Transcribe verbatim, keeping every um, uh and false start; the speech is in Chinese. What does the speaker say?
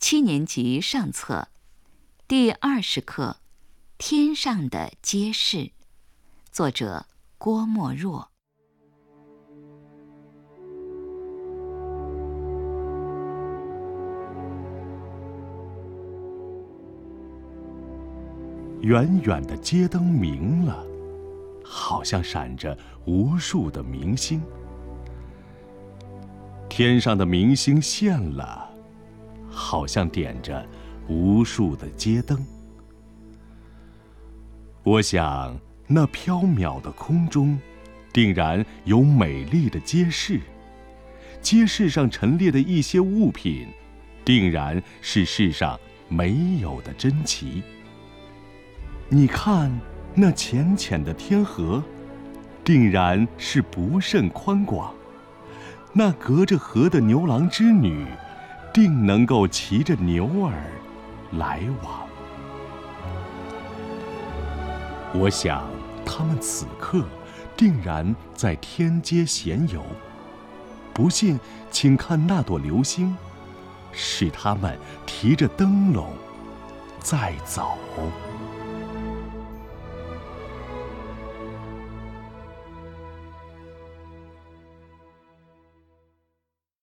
七年级上册，第二十课《天上的街市》，作者郭沫若。 远远的街灯明了，好像闪着无数的明星。天上的明星现了，好像点着无数的街灯。我想，那缥缈的空中，定然有美丽的街市。街市上陈列的一些物品，定然是世上没有的珍奇。你看那浅浅的天河，定然是不甚宽广。那隔着河的牛郎织女，定能够骑着牛儿来往。我想他们此刻定然在天街闲游。不信，请看那朵流星，是他们提着灯笼在走。